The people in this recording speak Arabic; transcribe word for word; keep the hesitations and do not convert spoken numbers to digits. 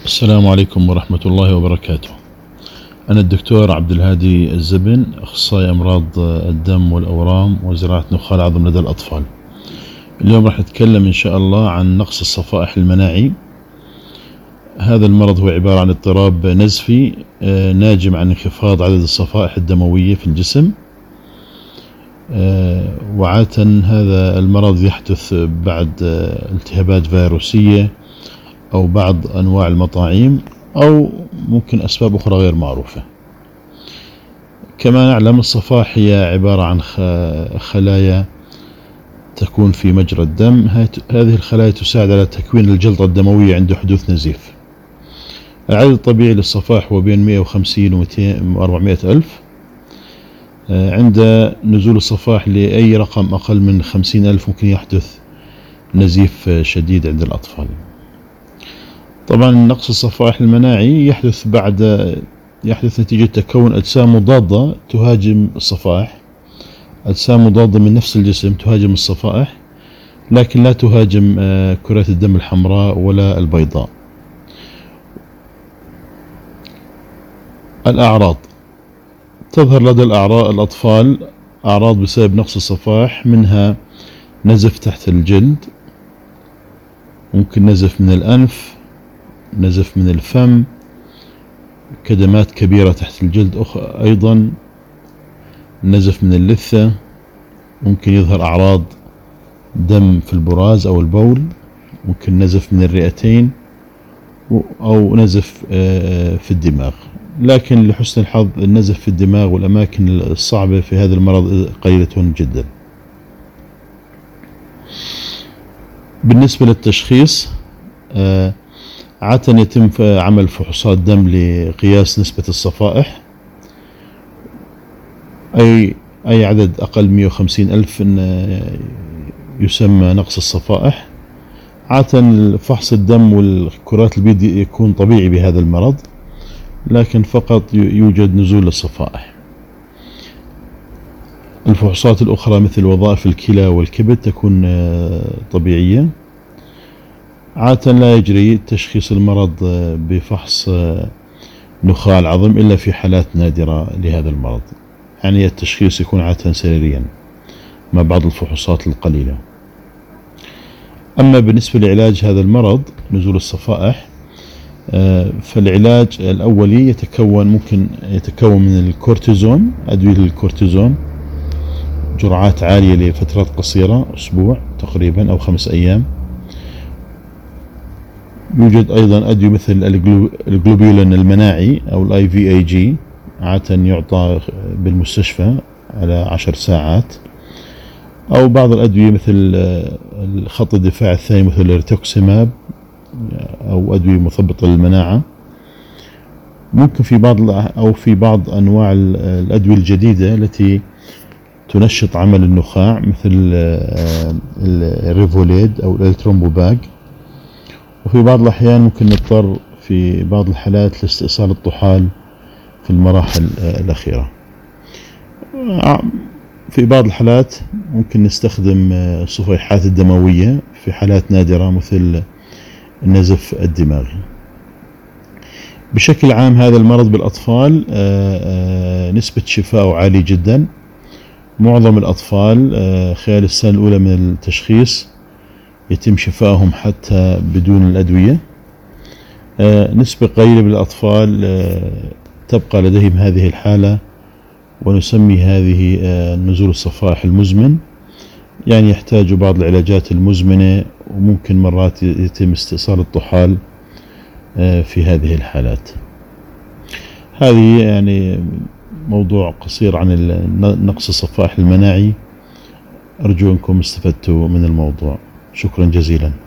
السلام عليكم ورحمة الله وبركاته. أنا الدكتور عبد الهادي الزبن، أخصائي أمراض الدم والأورام وزراعة نخاع العظم لدى الأطفال. اليوم راح نتكلم إن شاء الله عن نقص الصفائح المناعي. هذا المرض هو عبارة عن اضطراب نزفي ناجم عن انخفاض عدد الصفائح الدموية في الجسم، وعادة هذا المرض يحدث بعد التهابات فيروسية أو بعض أنواع المطاعيم أو ممكن أسباب أخرى غير معروفة. كما نعلم الصفائح هي عبارة عن خلايا تكون في مجرى الدم. هذه الخلايا تساعد على تكوين الجلطة الدموية عند حدوث نزيف. العدد الطبيعي للصفائح هو بين مئة وخمسين وأربعمئة ألف. عند نزول الصفائح لأي رقم أقل من خمسين ألف ممكن يحدث نزيف شديد عند الأطفال. طبعا نقص الصفائح المناعي يحدث بعد يحدث نتيجة تكون أجسام مضادة تهاجم الصفائح، أجسام مضادة من نفس الجسم تهاجم الصفائح، لكن لا تهاجم كرات الدم الحمراء ولا البيضاء. الأعراض تظهر لدى الأطفال أعراض بسبب نقص الصفائح، منها نزف تحت الجلد، ممكن نزف من الأنف، نزف من الفم، كدمات كبيرة تحت الجلد، أيضا نزف من اللثة، ممكن يظهر أعراض دم في البراز أو البول، ممكن نزف من الرئتين أو نزف في الدماغ. لكن لحسن الحظ النزف في الدماغ والأماكن الصعبة في هذا المرض قليلة جدا. بالنسبة للتشخيص، عادة يتم عمل فحوصات دم لقياس نسبة الصفائح. أي أي عدد أقل مئة وخمسين ألف يسمى نقص الصفائح. عادة فحص الدم والكرات البيض يكون طبيعي بهذا المرض، لكن فقط يوجد نزول للصفائح. الفحوصات الأخرى مثل وظائف الكلى والكبد تكون طبيعية. عادة لا يجري تشخيص المرض بفحص نخاع العظم إلا في حالات نادرة لهذا المرض، يعني التشخيص يكون عادة سريريا مع بعض الفحوصات القليلة. أما بالنسبة لعلاج هذا المرض نزول الصفائح، فالعلاج الأولي يتكون ممكن يتكون من الكورتيزون، أدوية للكورتيزون، جرعات عالية لفترات قصيرة، أسبوع تقريبا أو خمس أيام. يوجد أيضا أدوية مثل الجلوبولين المناعي أو الاي في اي جي، عادة يعطى بالمستشفى على عشر ساعات، أو بعض الأدوية مثل خط الدفاع الثاني مثل الريتوكسيماب أو أدوية مثبطة للمناعة. ممكن في بعض أو في بعض أنواع الأدوية الجديدة التي تنشط عمل النخاع مثل الريفوليد أو الترومبوباج. وفي بعض الأحيان ممكن نضطر في بعض الحالات لاستئصال الطحال في المراحل الأخيرة. في بعض الحالات ممكن نستخدم الصفيحات الدموية في حالات نادرة مثل النزف الدماغي. بشكل عام هذا المرض بالأطفال نسبة شفائه عالية جدا. معظم الأطفال خلال السنة الأولى من التشخيص يتم شفائهم حتى بدون الأدوية. نسبة قليلة من الأطفال تبقى لديهم هذه الحالة، ونسمي هذه نزول الصفائح المزمن، يعني يحتاج بعض العلاجات المزمنة، وممكن مرات يتم استئصال الطحال في هذه الحالات. هذه يعني موضوع قصير عن نقص الصفائح المناعي. أرجو أنكم استفدتوا من الموضوع. شكرا جزيلا.